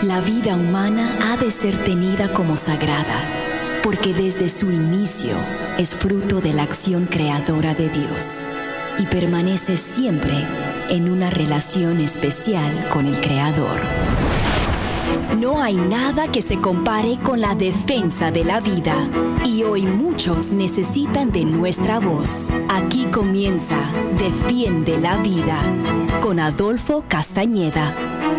La vida humana ha de ser tenida como sagrada, porque desde su inicio es fruto de la acción creadora de Dios y permanece siempre en una relación especial con el Creador. No hay nada que se compare con la defensa de la vida, y hoy muchos necesitan de nuestra voz. Aquí comienza Defiende la Vida con Adolfo Castañeda.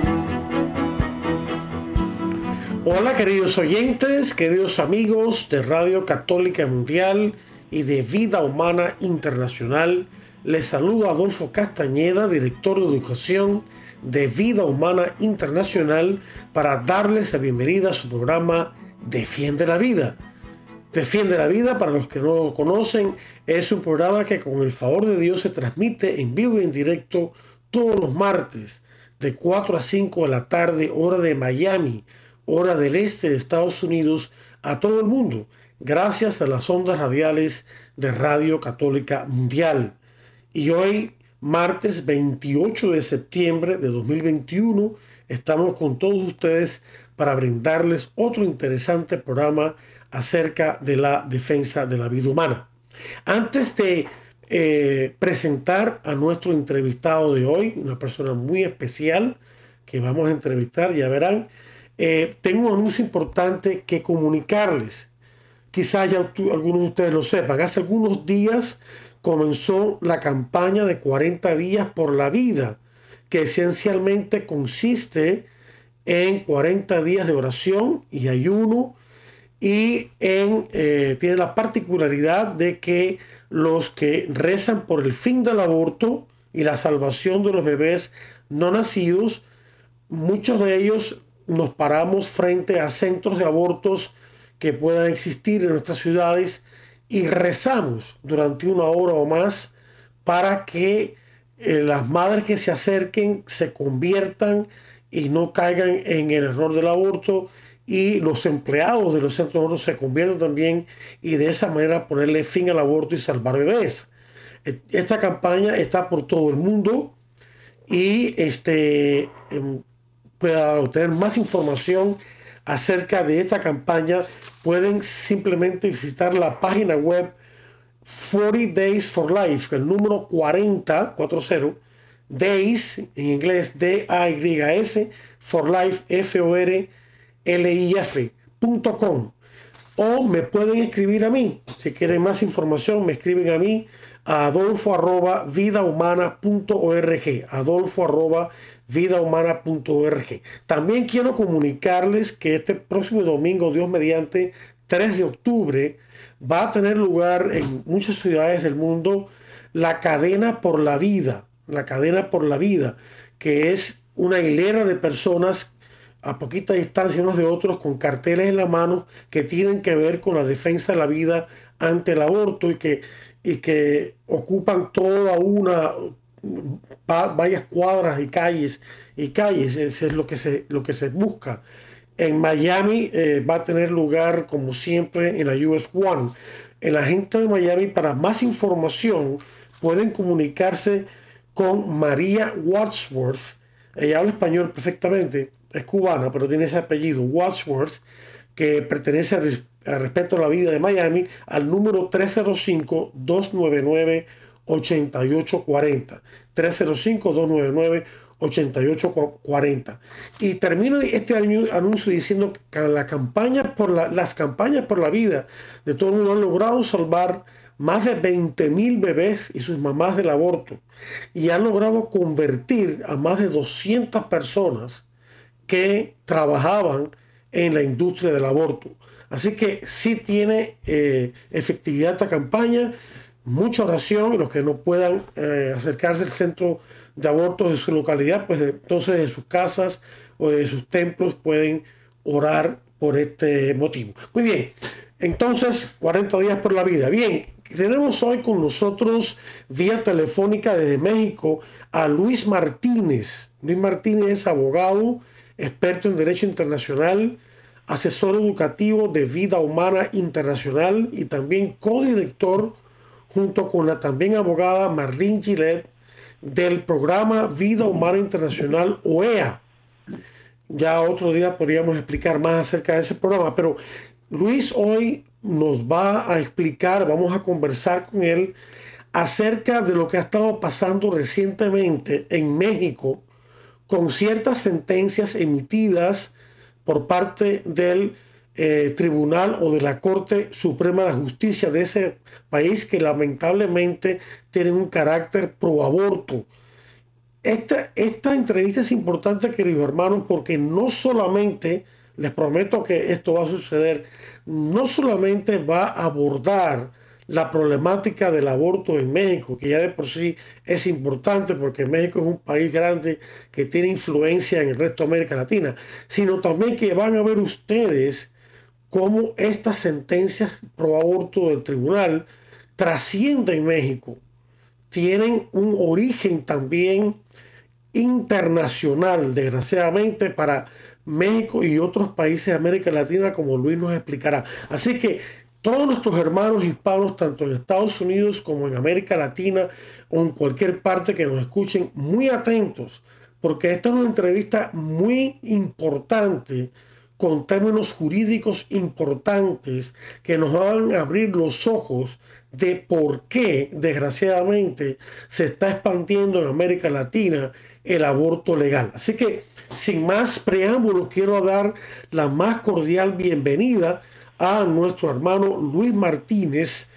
Hola queridos oyentes, queridos amigos de Radio Católica Mundial y de Vida Humana Internacional. Les saluda Adolfo Castañeda, director de Educación de Vida Humana Internacional, para darles la bienvenida a su programa Defiende la Vida. Defiende la Vida, para los que no lo conocen, es un programa que con el favor de Dios se transmite en vivo y en directo todos los martes de 4 a 5 de la tarde, hora de Miami, hora del este de Estados Unidos, a todo el mundo, gracias a las ondas radiales de Radio Católica Mundial. Y hoy, martes 28 de septiembre de 2021, estamos con todos ustedes para brindarles otro interesante programa acerca de la defensa de la vida humana. Antes de presentar a nuestro entrevistado de hoy, una persona muy especial que vamos a entrevistar, ya verán, tengo un anuncio importante que comunicarles. Quizás ya algunos de ustedes lo sepan. Hace algunos días comenzó la campaña de 40 días por la vida, que esencialmente consiste en 40 días de oración y ayuno, y tiene la particularidad de que los que rezan por el fin del aborto y la salvación de los bebés no nacidos, muchos de ellos nos paramos frente a centros de abortos que puedan existir en nuestras ciudades y rezamos durante una hora o más para que las madres que se acerquen se conviertan y no caigan en el error del aborto, y los empleados de los centros de aborto se conviertan también, y de esa manera ponerle fin al aborto y salvar bebés. Esta campaña está por todo el mundo, y para obtener más información acerca de esta campaña pueden simplemente visitar la página web 40 Days for Life, el número 40 Days, en inglés DAYS, for Life, FORLIF.com, o me pueden escribir a mí. Si quieren más información, me escriben a mí a adolfo@vidahumana.org, adolfo@vidahumana.org. También quiero comunicarles que este próximo domingo, Dios mediante, 3 de octubre, va a tener lugar en muchas ciudades del mundo la Cadena por la Vida, que es una hilera de personas a poquita distancia unos de otros, con carteles en la mano que tienen que ver con la defensa de la vida ante el aborto, y que ocupan toda varias cuadras y calles. Eso es lo que se busca. En Miami va a tener lugar, como siempre, en la US One. En la gente de Miami, para más información, pueden comunicarse con María Wadsworth. Ella habla español perfectamente, es cubana, pero tiene ese apellido, Wadsworth, que pertenece a Respeto a la Vida de Miami, al número 305-299-8840. 305-299-8840. Y termino este anuncio diciendo que las campañas por la vida de todo el mundo han logrado salvar más de 20,000 bebés y sus mamás del aborto, y han logrado convertir a más de 200 personas que trabajaban en la industria del aborto. Así que sí tiene efectividad esta campaña. Mucha oración. Los que no puedan acercarse al centro de aborto de su localidad, pues entonces de sus casas o de sus templos pueden orar por este motivo. Muy bien, entonces 40 días por la vida. Bien, tenemos hoy con nosotros vía telefónica desde México a Luis Martínez. Luis Martínez es abogado, experto en Derecho Internacional, asesor educativo de Vida Humana Internacional y también codirector, junto con la también abogada Marlene Gillette, del programa Vida Humana Internacional, OEA. Ya otro día podríamos explicar más acerca de ese programa, pero Luis hoy nos va a explicar, vamos a conversar con él acerca de lo que ha estado pasando recientemente en México con ciertas sentencias emitidas por parte del Tribunal o de la Corte Suprema de Justicia de ese país que lamentablemente tienen un carácter pro aborto. Esta entrevista es importante, queridos hermanos, porque no solamente, les prometo que esto va a suceder, no solamente va a abordar la problemática del aborto en México, que ya de por sí es importante porque México es un país grande que tiene influencia en el resto de América Latina, sino también que van a ver ustedes cómo estas sentencias pro aborto del tribunal trascienden en México, tienen un origen también internacional, desgraciadamente, para México y otros países de América Latina, como Luis nos explicará. Así que todos nuestros hermanos hispanos, tanto en Estados Unidos como en América Latina o en cualquier parte que nos escuchen, muy atentos, porque esta es una entrevista muy importante con términos jurídicos importantes que nos van a abrir los ojos de por qué, desgraciadamente, se está expandiendo en América Latina el aborto legal. Así que, sin más preámbulos, quiero dar la más cordial bienvenida a nuestro hermano Luis Martínez,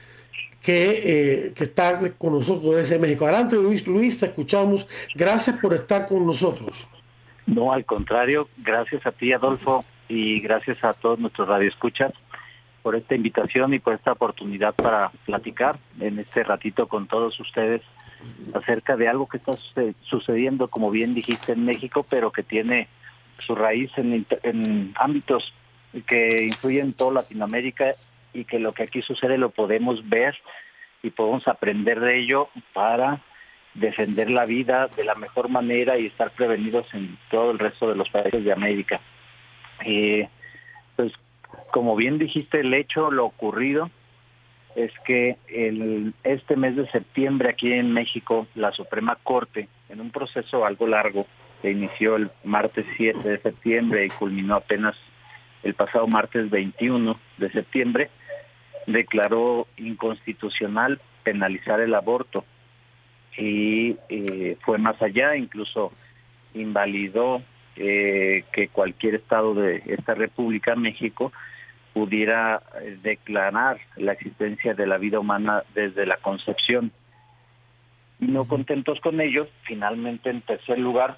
que está con nosotros desde México. Adelante, Luis. Luis, te escuchamos. Gracias por estar con nosotros. No, al contrario, gracias a ti, Adolfo, y gracias a todos nuestros radioescuchas por esta invitación y por esta oportunidad para platicar en este ratito con todos ustedes acerca de algo que está sucediendo, como bien dijiste, en México, pero que tiene su raíz en ámbitos que influyen en toda Latinoamérica, y que lo que aquí sucede lo podemos ver y podemos aprender de ello para defender la vida de la mejor manera y estar prevenidos en todo el resto de los países de América. Pues como bien dijiste, el hecho, lo ocurrido es que este mes de septiembre aquí en México, la Suprema Corte, en un proceso algo largo, que inició el martes 7 de septiembre y culminó apenas el pasado martes 21 de septiembre, declaró inconstitucional penalizar el aborto. Y fue más allá, incluso invalidó que cualquier estado de esta República, México, pudiera declarar la existencia de la vida humana desde la concepción. Y no contentos con ello, finalmente, en tercer lugar,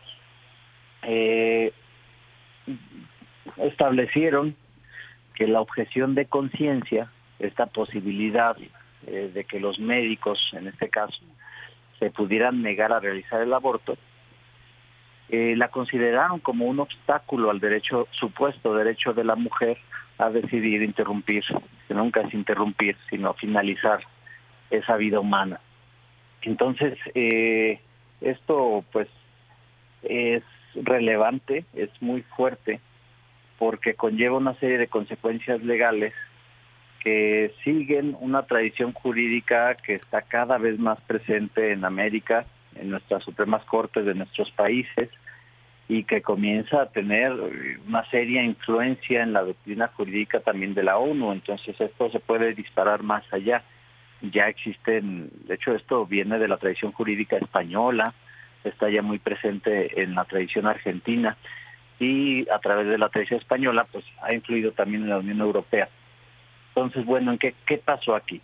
establecieron que la objeción de conciencia, esta posibilidad de que los médicos, en este caso, se pudieran negar a realizar el aborto, la consideraron como un obstáculo al supuesto derecho de la mujer a decidir interrumpir, que nunca es interrumpir, sino finalizar esa vida humana. Entonces, esto pues es relevante, es muy fuerte, porque conlleva una serie de consecuencias legales que siguen una tradición jurídica que está cada vez más presente en América, en nuestras supremas cortes de nuestros países, y que comienza a tener una seria influencia en la doctrina jurídica también de la ONU. Entonces esto se puede disparar más allá. Ya existen, de hecho esto viene de la tradición jurídica española, está ya muy presente en la tradición argentina, y a través de la tradición española pues ha influido también en la Unión Europea. Entonces, bueno, ¿qué pasó aquí?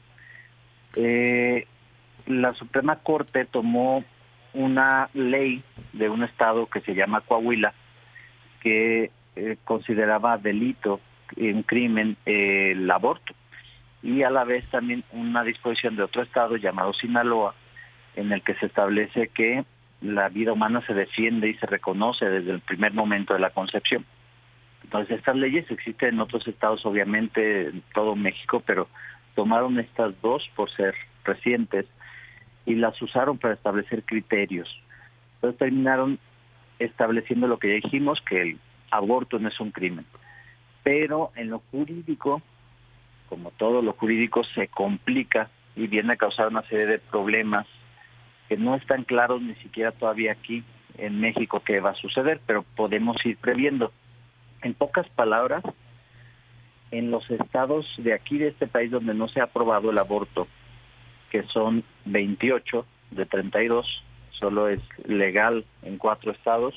La Suprema Corte tomó una ley de un estado que se llama Coahuila, que consideraba delito, un crimen, el aborto, y a la vez también una disposición de otro estado llamado Sinaloa, en el que se establece que la vida humana se defiende y se reconoce desde el primer momento de la concepción. Entonces estas leyes existen en otros estados, obviamente, en todo México, pero tomaron estas dos por ser recientes y las usaron para establecer criterios. Entonces terminaron estableciendo lo que ya dijimos, que el aborto no es un crimen. Pero en lo jurídico, como todo lo jurídico, se complica y viene a causar una serie de problemas que no están claros ni siquiera todavía aquí en México qué va a suceder, pero podemos ir previendo. En pocas palabras, en los estados de aquí, de este país, donde no se ha aprobado el aborto, que son 28 de 32, solo es legal en 4 estados.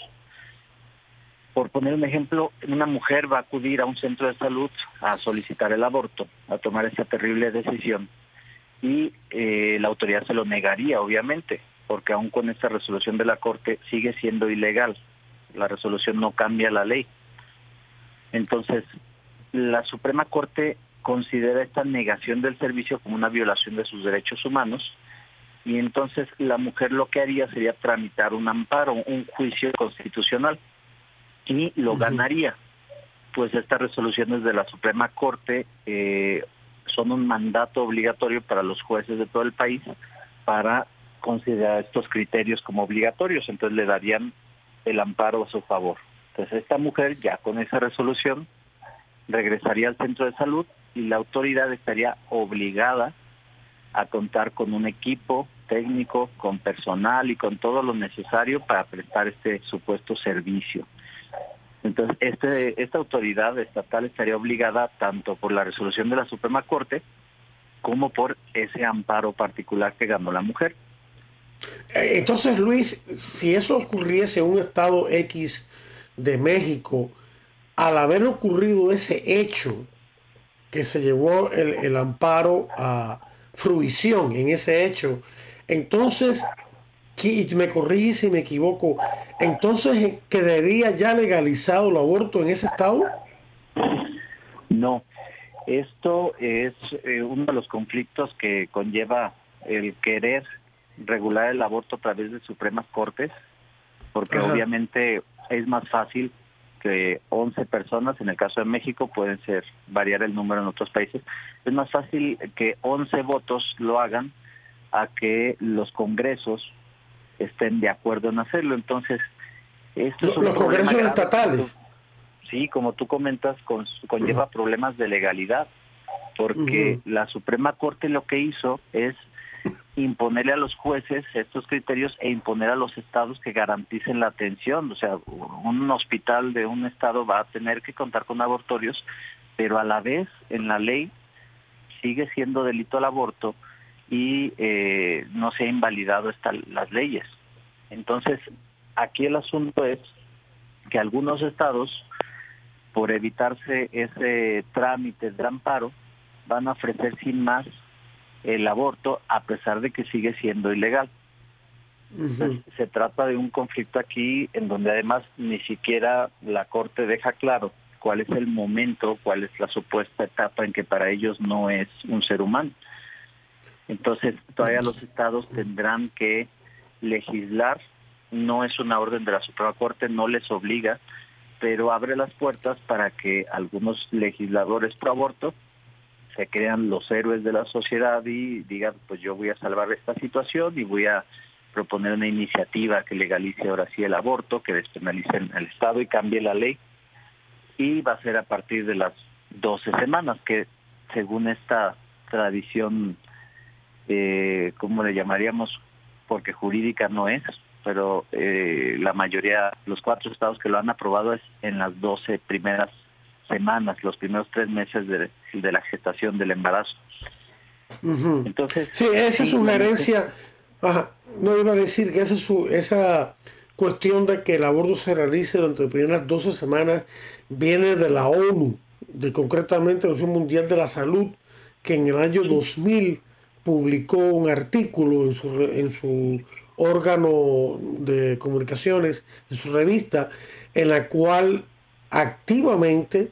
Por poner un ejemplo, una mujer va a acudir a un centro de salud a solicitar el aborto, a tomar esa terrible decisión, y la autoridad se lo negaría, obviamente, porque aún con esta resolución de la Corte sigue siendo ilegal. La resolución no cambia la ley. Entonces, la Suprema Corte considera esta negación del servicio como una violación de sus derechos humanos, y entonces la mujer lo que haría sería tramitar un amparo, un juicio constitucional, y lo ganaría. Pues estas resoluciones de la Suprema Corte son un mandato obligatorio para los jueces de todo el país para considerar estos criterios como obligatorios, entonces le darían el amparo a su favor. Entonces esta mujer ya con esa resolución regresaría al centro de salud y la autoridad estaría obligada a contar con un equipo técnico, con personal y con todo lo necesario para prestar este supuesto servicio. Entonces esta autoridad estatal estaría obligada tanto por la resolución de la Suprema Corte como por ese amparo particular que ganó la mujer. Entonces, Luis, si eso ocurriese en un estado X de México, al haber ocurrido ese hecho que se llevó el amparo a fruición en ese hecho, entonces, y me corrige si me equivoco, entonces ¿quedaría ya legalizado el aborto en ese estado? No, esto es uno de los conflictos que conlleva el querer regular el aborto a través de Supremas Cortes, porque obviamente es más fácil que 11 personas, en el caso de México pueden variar el número en otros países, es más fácil que 11 votos lo hagan a que los congresos estén de acuerdo en hacerlo. Entonces, esto es los congresos estatales. Sí, como tú comentas, conlleva problemas de legalidad, porque la Suprema Corte lo que hizo es imponerle a los jueces estos criterios e imponer a los estados que garanticen la atención. O sea, un hospital de un estado va a tener que contar con abortorios, pero a la vez en la ley sigue siendo delito el aborto y no se ha invalidado las leyes. Entonces, aquí el asunto es que algunos estados, por evitarse ese trámite de amparo, van a ofrecer sin más el aborto a pesar de que sigue siendo ilegal. Entonces, se trata de un conflicto aquí en donde además ni siquiera la Corte deja claro cuál es el momento, cuál es la supuesta etapa en que para ellos no es un ser humano. Entonces todavía los estados tendrán que legislar, no es una orden de la Suprema Corte, no les obliga, pero abre las puertas para que algunos legisladores pro aborto se crean los héroes de la sociedad y digan, pues yo voy a salvar esta situación y voy a proponer una iniciativa que legalice ahora sí el aborto, que despenalice el Estado y cambie la ley. Y va a ser a partir de las 12 semanas, que según esta tradición, ¿cómo le llamaríamos? Porque jurídica no es, pero la mayoría, los 4 estados que lo han aprobado es en las 12 primeras semanas, los primeros 3 meses de la gestación del embarazo. Entonces, sí, esa sugerencia, no iba a decir que esa cuestión de que el aborto se realice durante las primeras 12 semanas viene de la ONU, concretamente la Organización Mundial de la Salud, que en el año 2000 publicó un artículo en su órgano de comunicaciones, en su revista, en la cual activamente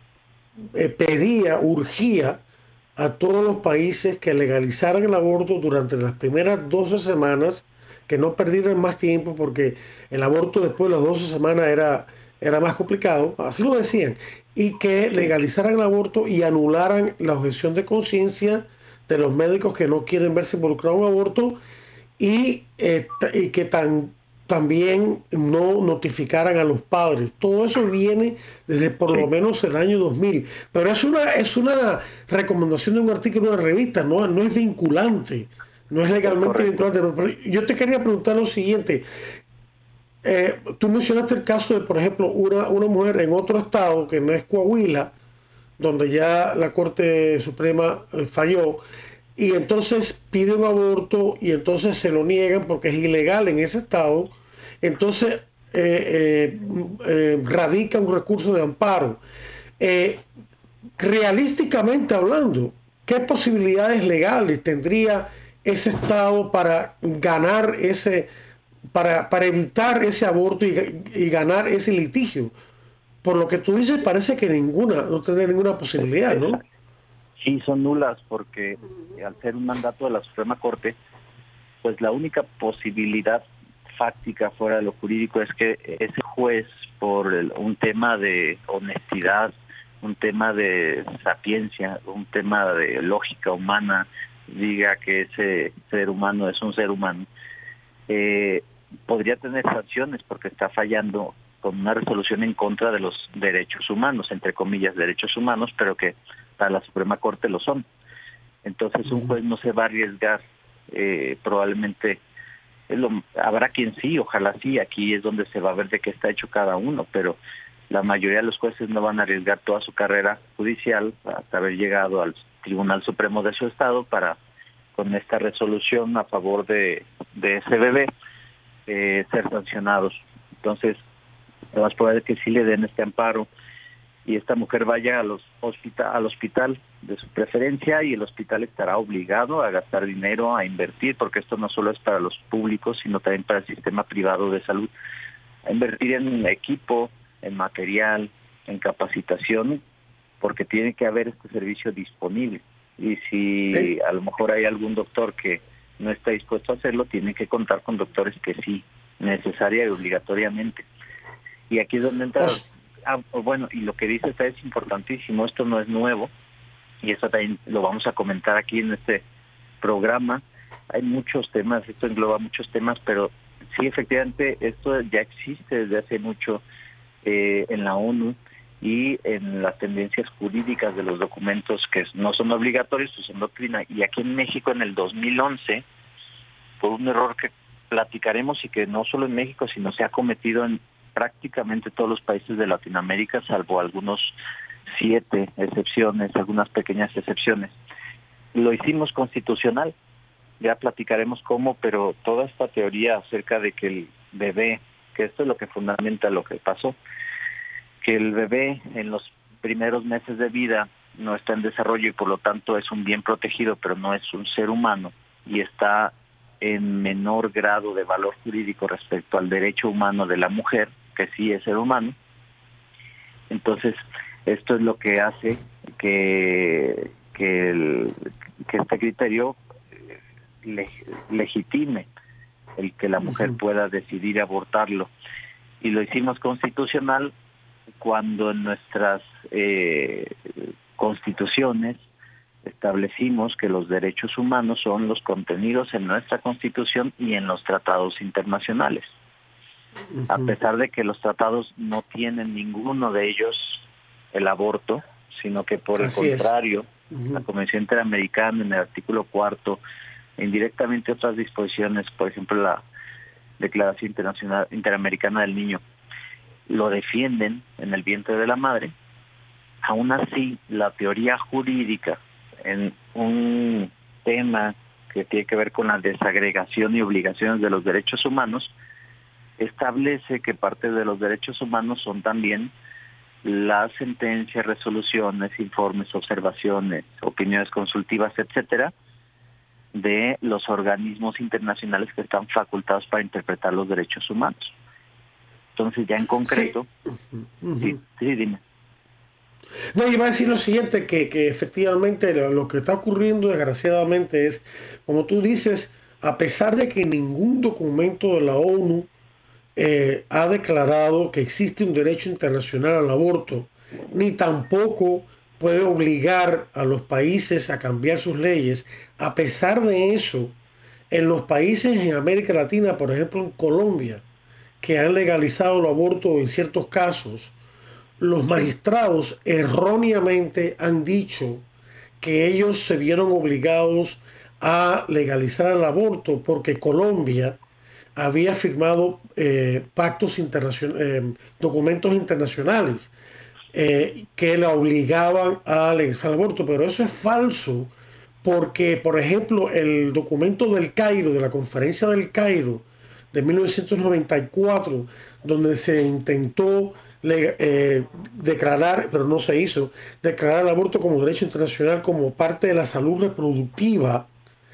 urgía a todos los países que legalizaran el aborto durante las primeras 12 semanas, que no perdieran más tiempo, porque el aborto después de las 12 semanas era más complicado, así lo decían, y que legalizaran el aborto y anularan la objeción de conciencia de los médicos que no quieren verse involucrados en un aborto y que también no notificaran a los padres. Todo eso viene desde por lo menos el año 2000, pero es una recomendación de un artículo de una revista, no es vinculante, no es legalmente vinculante. Pero yo te quería preguntar lo siguiente: tú mencionaste el caso de, por ejemplo, una mujer en otro estado que no es Coahuila, donde ya la Corte Suprema falló, y entonces pide un aborto y entonces se lo niegan porque es ilegal en ese estado, entonces radica un recurso de amparo. Realísticamente hablando, ¿qué posibilidades legales tendría ese estado para ganar para evitar ese aborto y ganar ese litigio? Por lo que tú dices, parece que no tiene ninguna posibilidad, ¿no? Sí, son nulas, porque al ser un mandato de la Suprema Corte, pues la única posibilidad fáctica fuera de lo jurídico es que ese juez, por un tema de honestidad, un tema de sapiencia, un tema de lógica humana, diga que ese ser humano es un ser humano, podría tener sanciones porque está fallando con una resolución en contra de los derechos humanos, entre comillas derechos humanos, pero que para la Suprema Corte lo son. Entonces un juez no se va a arriesgar, probablemente habrá quien sí, ojalá sí, aquí es donde se va a ver de qué está hecho cada uno, pero la mayoría de los jueces no van a arriesgar toda su carrera judicial hasta haber llegado al Tribunal Supremo de su estado para, con esta resolución a favor de ese bebé, ser sancionados. Entonces, lo más probable es que sí le den este amparo y esta mujer vaya al hospital de su preferencia, y el hospital estará obligado a gastar dinero, a invertir, porque esto no solo es para los públicos, sino también para el sistema privado de salud, a invertir en equipo, en material, en capacitación, porque tiene que haber este servicio disponible. Y si a lo mejor hay algún doctor que no está dispuesto a hacerlo, tiene que contar con doctores que sí, necesaria y obligatoriamente. Y aquí es donde entra... bueno, y lo que dice usted es importantísimo, esto no es nuevo, y eso también lo vamos a comentar aquí en este programa. Hay muchos temas, esto engloba muchos temas, pero sí, efectivamente, esto ya existe desde hace mucho en la ONU y en las tendencias jurídicas de los documentos que no son obligatorios, pues son doctrina. Y aquí en México en el 2011, por un error que platicaremos y que no solo en México, sino se ha cometido en prácticamente todos los países de Latinoamérica, salvo algunos 7 excepciones, algunas pequeñas excepciones. Lo hicimos constitucional, ya platicaremos cómo, pero toda esta teoría acerca de que el bebé, que esto es lo que fundamenta lo que pasó, que el bebé en los primeros meses de vida no está en desarrollo y por lo tanto es un bien protegido, pero no es un ser humano y está en menor grado de valor jurídico respecto al derecho humano de la mujer, que sí es ser humano. Entonces, esto es lo que hace que este criterio legitime el que la mujer pueda decidir abortarlo. Y lo hicimos constitucional cuando en nuestras constituciones establecimos que los derechos humanos son los contenidos en nuestra Constitución y en los tratados internacionales. A pesar de que los tratados no tienen ninguno de ellos el aborto, sino que por el contrario, la Convención Interamericana en el artículo 4, indirectamente otras disposiciones, por ejemplo la Declaración Interamericana del Niño, lo defienden en el vientre de la madre. Aún así, la teoría jurídica en un tema que tiene que ver con la desagregación y obligaciones de los derechos humanos, establece que parte de los derechos humanos son también las sentencias, resoluciones, informes, observaciones, opiniones consultivas, etcétera, de los organismos internacionales que están facultados para interpretar los derechos humanos. Entonces, ya en concreto, sí, dime. No, iba a decir lo siguiente, que efectivamente lo que está ocurriendo desgraciadamente es, como tú dices, a pesar de que ningún documento de la ONU ha declarado que existe un derecho internacional al aborto, ni tampoco puede obligar a los países a cambiar sus leyes. A pesar de eso, en los países en América Latina, por ejemplo en Colombia, que han legalizado el aborto en ciertos casos, los magistrados erróneamente han dicho que ellos se vieron obligados a legalizar el aborto porque Colombia había firmado pactos internacionales, documentos internacionales que la obligaban a legalizar el aborto, pero eso es falso, porque, por ejemplo, el documento del Cairo, de la Conferencia del Cairo de 1994, donde se intentó declarar, pero no se hizo, declarar el aborto como derecho internacional, como parte de la salud reproductiva.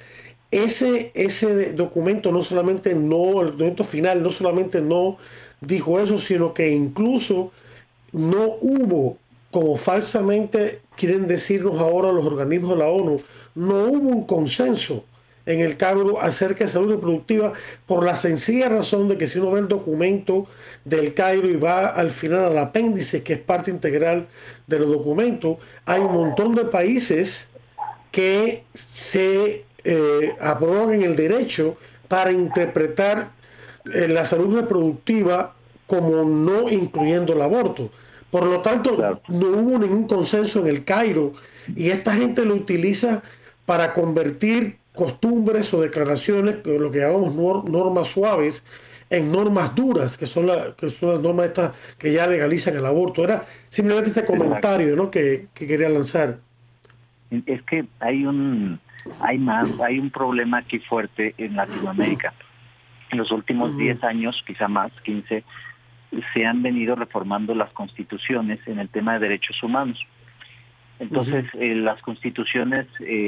Ese documento no solamente no, el documento final no solamente no dijo eso, sino que incluso no hubo, como falsamente quieren decirnos ahora los organismos de la ONU, no hubo un consenso en el Cairo acerca de salud reproductiva, por la sencilla razón de que si uno ve el documento del Cairo y va al final al apéndice, que es parte integral de los documentos, hay un montón de países que se aprueban el derecho para interpretar la salud reproductiva como no incluyendo el aborto. Por lo tanto, claro, no hubo ningún consenso en el Cairo, y esta gente lo utiliza para convertir costumbres o declaraciones, lo que llamamos normas suaves, en normas duras, que son las normas estas que ya legalizan el aborto. Era simplemente este comentario, ¿no?, que quería lanzar. Es que hay un problema aquí fuerte en Latinoamérica. En los últimos 10 años, quizá más, 15, se han venido reformando las constituciones en el tema de derechos humanos. Entonces, las constituciones,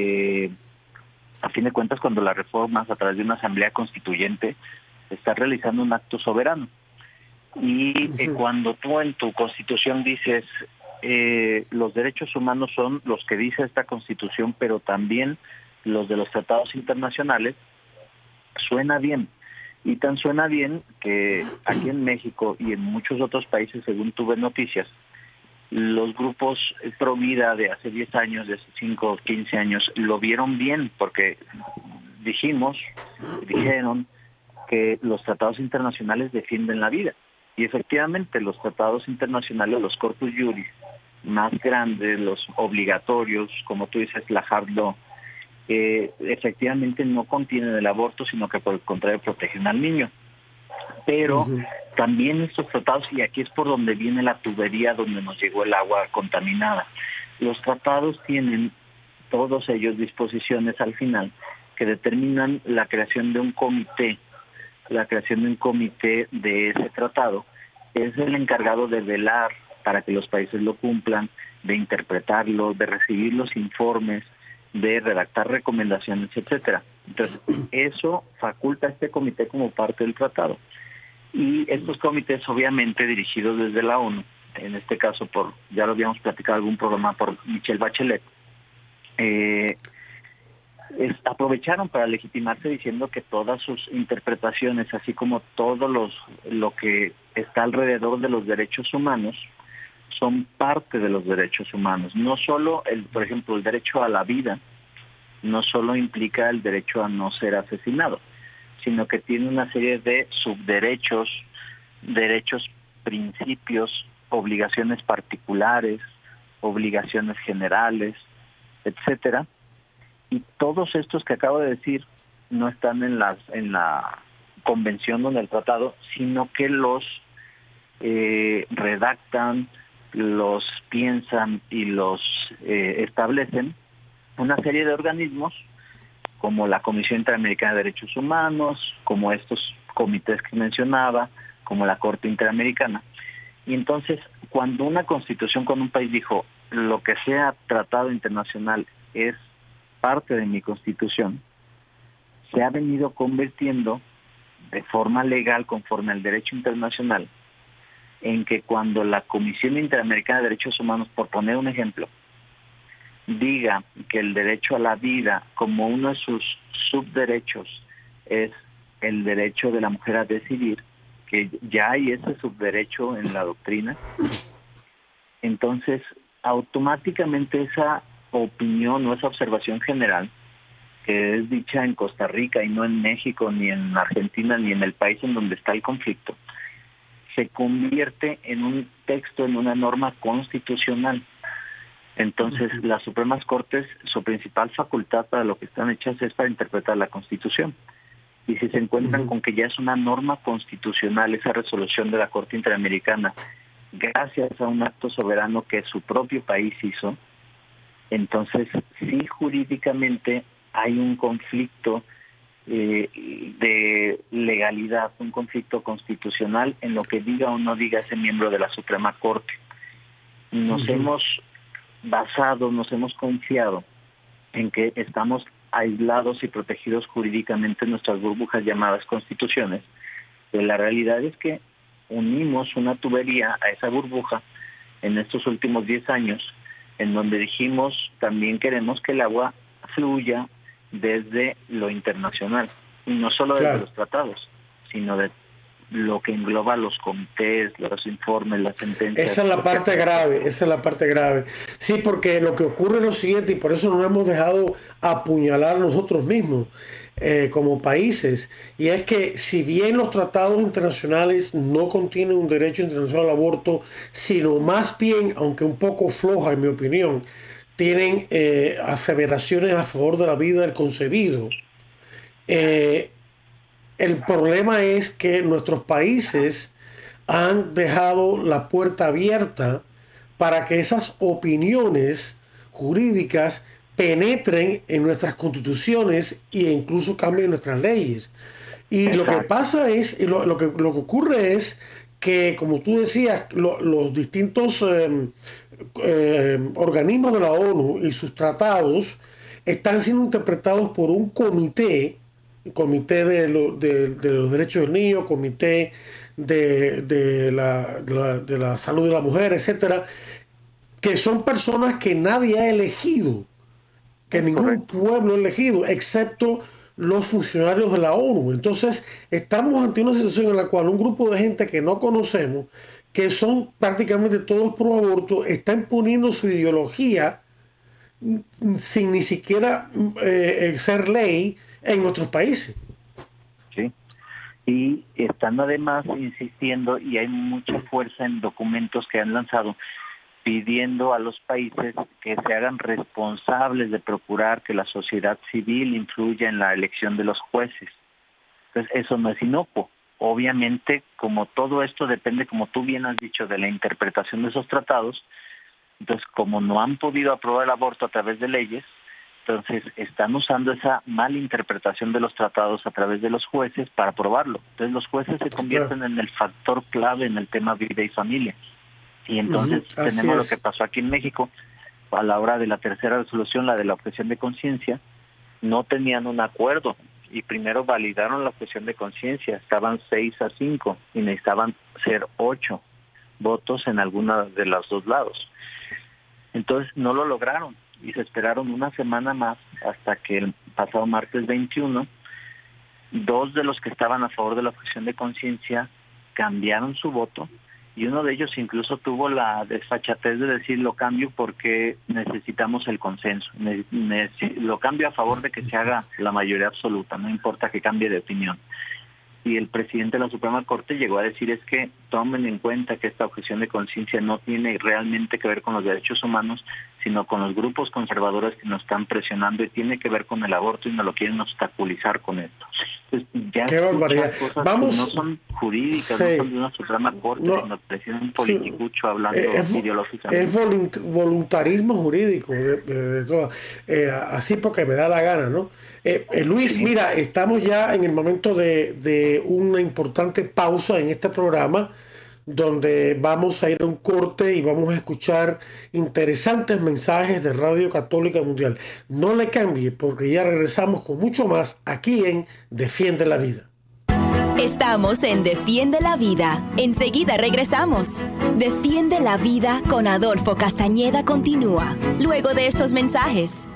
a fin de cuentas, cuando las reformas a través de una asamblea constituyente, estás realizando un acto soberano. Y cuando tú en tu constitución dices, los derechos humanos son los que dice esta constitución, pero también los de los tratados internacionales, suena bien. Y tan suena bien que aquí en México y en muchos otros países, según tuve noticias, los grupos pro vida de hace 10 años, de hace 5 o 15 años, lo vieron bien, porque dijeron que los tratados internacionales defienden la vida. Y efectivamente los tratados internacionales, los corpus juris más grandes, los obligatorios, como tú dices, la hard law, efectivamente no contienen el aborto, sino que por el contrario protegen al niño. Pero también estos tratados, y aquí es por donde viene la tubería donde nos llegó el agua contaminada, los tratados tienen todos ellos disposiciones al final que determinan la creación de un comité. La creación de un comité de ese tratado es el encargado de velar para que los países lo cumplan, de interpretarlo, de recibir los informes, de redactar recomendaciones, etcétera. Entonces, eso faculta a este comité como parte del tratado. Y estos comités, obviamente, dirigidos desde la ONU, en este caso ya lo habíamos platicado en algún programa, por Michelle Bachelet, aprovecharon para legitimarse diciendo que todas sus interpretaciones, así como todo lo que está alrededor de los derechos humanos, son parte de los derechos humanos. No solo, por ejemplo, el derecho a la vida, no solo implica el derecho a no ser asesinado, sino que tiene una serie de subderechos, derechos, principios, obligaciones particulares, obligaciones generales, etcétera. Y todos estos que acabo de decir no están en la convención o en el tratado, sino que los redactan, los piensan y los establecen una serie de organismos como la Comisión Interamericana de Derechos Humanos, como estos comités que mencionaba, como la Corte Interamericana. Y entonces, cuando una constitución con un país dijo, lo que sea tratado internacional es parte de mi constitución, se ha venido convirtiendo de forma legal, conforme al derecho internacional, en que cuando la Comisión Interamericana de Derechos Humanos, por poner un ejemplo, diga que el derecho a la vida como uno de sus subderechos es el derecho de la mujer a decidir, que ya hay ese subderecho en la doctrina, entonces automáticamente esa opinión o esa observación general, que es dicha en Costa Rica y no en México, ni en Argentina, ni en el país en donde está el conflicto, se convierte en un texto, en una norma constitucional. Entonces, las Supremas Cortes, su principal facultad para lo que están hechas es para interpretar la Constitución. y si se encuentran con que ya es una norma constitucional esa resolución de la Corte Interamericana, gracias a un acto soberano que su propio país hizo, entonces sí jurídicamente hay un conflicto de legalidad, un conflicto constitucional en lo que diga o no diga ese miembro de la Suprema Corte. Nos hemos basado, nos hemos confiado en que estamos aislados y protegidos jurídicamente en nuestras burbujas llamadas constituciones, pero la realidad es que unimos una tubería a esa burbuja en estos últimos 10 años, en donde dijimos también queremos que el agua fluya desde lo internacional, y no solo desde los tratados, sino de lo que engloba los comités, los informes, las sentencias. Esa es la parte grave, Sí, porque lo que ocurre es lo siguiente, y por eso nos hemos dejado apuñalar nosotros mismos como países, y es que si bien los tratados internacionales no contienen un derecho internacional al aborto, sino más bien, aunque un poco floja en mi opinión, tienen aseveraciones a favor de la vida del concebido. El problema es que nuestros países han dejado la puerta abierta para que esas opiniones jurídicas penetren en nuestras constituciones e incluso cambien nuestras leyes. Y lo que pasa es, lo que ocurre es que, como tú decías, los distintos organismos de la ONU y sus tratados están siendo interpretados por un comité de los derechos del niño, comité de la salud de la mujer, etcétera, que son personas que nadie ha elegido, que ningún pueblo ha elegido, excepto los funcionarios de la ONU. Entonces, estamos ante una situación en la cual un grupo de gente que no conocemos, que son prácticamente todos pro aborto, está imponiendo su ideología sin ni siquiera ser ley en nuestros países. Sí, y están además insistiendo, y hay mucha fuerza en documentos que han lanzado, pidiendo a los países que se hagan responsables de procurar que la sociedad civil influya en la elección de los jueces. Entonces, eso no es inocuo. Obviamente, como todo esto depende, como tú bien has dicho, de la interpretación de esos tratados, entonces, como no han podido aprobar el aborto a través de leyes, entonces están usando esa mala interpretación de los tratados a través de los jueces para aprobarlo. Entonces, los jueces se convierten en el factor clave en el tema vida y familia. Y entonces tenemos lo que pasó aquí en México, a la hora de la tercera resolución, la de la objeción de conciencia, no tenían un acuerdo y primero validaron la objeción de conciencia, estaban 6-5 y necesitaban ser 8 votos en alguna de los dos lados. Entonces no lo lograron y se esperaron una semana más hasta que el pasado martes 21, 2 de los que estaban a favor de la objeción de conciencia cambiaron su voto, y uno de ellos incluso tuvo la desfachatez de decir lo cambio porque necesitamos el consenso, lo cambio a favor de que se haga la mayoría absoluta, no importa que cambie de opinión. Y el presidente de la Suprema Corte llegó a decir es que tomen en cuenta que esta objeción de conciencia no tiene realmente que ver con los derechos humanos, sino con los grupos conservadores que nos están presionando, y tiene que ver con el aborto y nos lo quieren obstaculizar con esto. Entonces, ya qué barbaridad. Vamos, que no son jurídicas, no son de una Suprema Corte, sino presionan un politicucho hablando ideológicamente. Es voluntarismo jurídico, de todo, así porque me da la gana, ¿no? Luis, mira, estamos ya en el momento de una importante pausa en este programa, donde vamos a ir a un corte y vamos a escuchar interesantes mensajes de Radio Católica Mundial. No le cambie, porque ya regresamos con mucho más aquí en Defiende la Vida. Estamos en Defiende la Vida. Enseguida regresamos. Defiende la Vida con Adolfo Castañeda continúa luego de estos mensajes.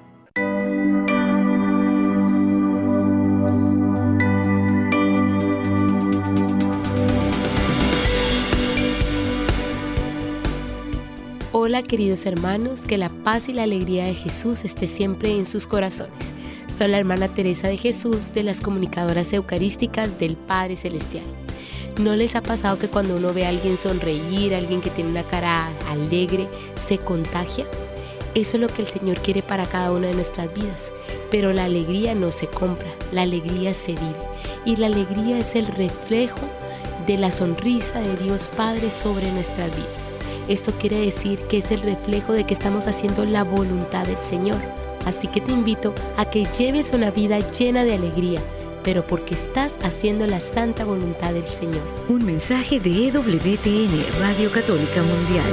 Hola queridos hermanos, que la paz y la alegría de Jesús esté siempre en sus corazones. Soy la hermana Teresa de Jesús, de las comunicadoras eucarísticas del Padre Celestial. ¿No les ha pasado que cuando uno ve a alguien sonreír, a alguien que tiene una cara alegre, se contagia? Eso es lo que el Señor quiere para cada una de nuestras vidas. Pero la alegría no se compra, la alegría se vive. Y la alegría es el reflejo de la sonrisa de Dios Padre sobre nuestras vidas. Esto quiere decir que es el reflejo de que estamos haciendo la voluntad del Señor. Así que te invito a que lleves una vida llena de alegría, pero porque estás haciendo la santa voluntad del Señor. Un mensaje de EWTN, Radio Católica Mundial.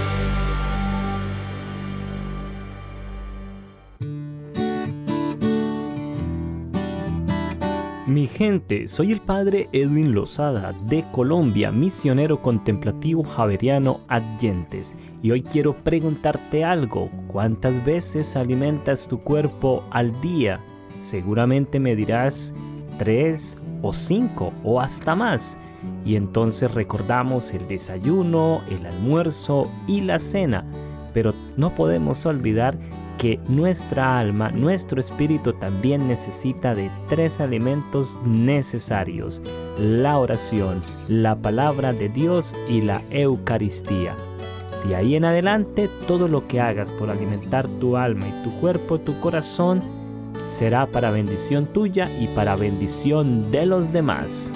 Mi gente, soy el padre Edwin Lozada de Colombia, misionero contemplativo javeriano Adyentes, y hoy quiero preguntarte algo. ¿Cuántas veces alimentas tu cuerpo al día? Seguramente me dirás 3 o 5 o hasta más. Y entonces recordamos el desayuno, el almuerzo y la cena, pero no podemos olvidar que nuestra alma, nuestro espíritu también necesita de 3 alimentos necesarios: la oración, la palabra de Dios y la Eucaristía. De ahí en adelante, todo lo que hagas por alimentar tu alma y tu cuerpo, tu corazón, será para bendición tuya y para bendición de los demás.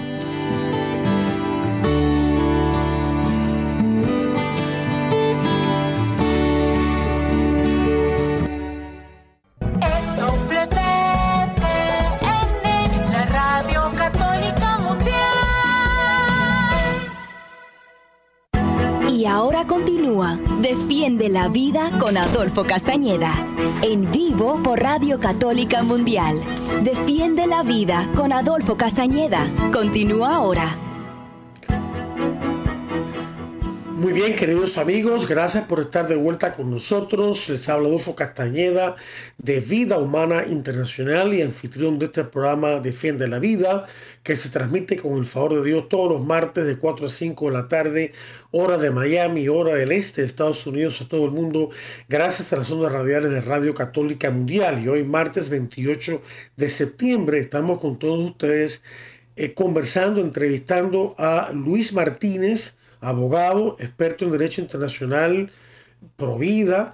Y ahora continúa Defiende la Vida con Adolfo Castañeda, en vivo por Radio Católica Mundial. Defiende la Vida con Adolfo Castañeda. Continúa ahora. Muy bien, queridos amigos, gracias por estar de vuelta con nosotros. Les habla Adolfo Castañeda de Vida Humana Internacional y anfitrión de este programa Defiende la Vida, que se transmite con el favor de Dios todos los martes de 4 a 5 de la tarde, hora de Miami, hora del este de Estados Unidos, a todo el mundo, gracias a las ondas radiales de Radio Católica Mundial. Y hoy, martes 28 de septiembre, estamos con todos ustedes conversando, entrevistando a Luis Martínez, abogado, experto en Derecho Internacional, Provida,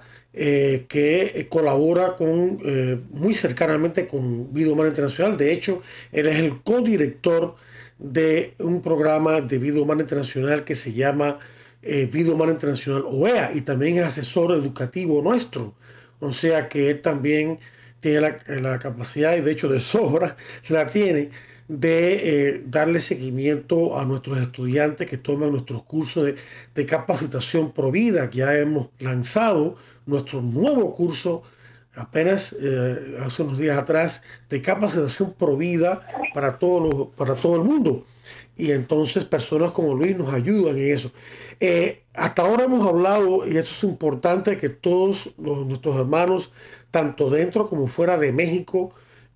que colabora muy cercanamente con Vida Humana Internacional. De hecho, él es el codirector de un programa de Vida Humana Internacional que se llama Vida Humana Internacional OEA, y también es asesor educativo nuestro. O sea que él también tiene la capacidad, y de hecho de sobra la tiene, de darle seguimiento a nuestros estudiantes que toman nuestros cursos de capacitación Provida. Ya hemos lanzado nuestro nuevo curso apenas hace unos días atrás de capacitación Provida para todo el mundo, y entonces personas como Luis nos ayudan en eso. Hasta ahora hemos hablado, y esto es importante, que todos nuestros hermanos, tanto dentro como fuera de México,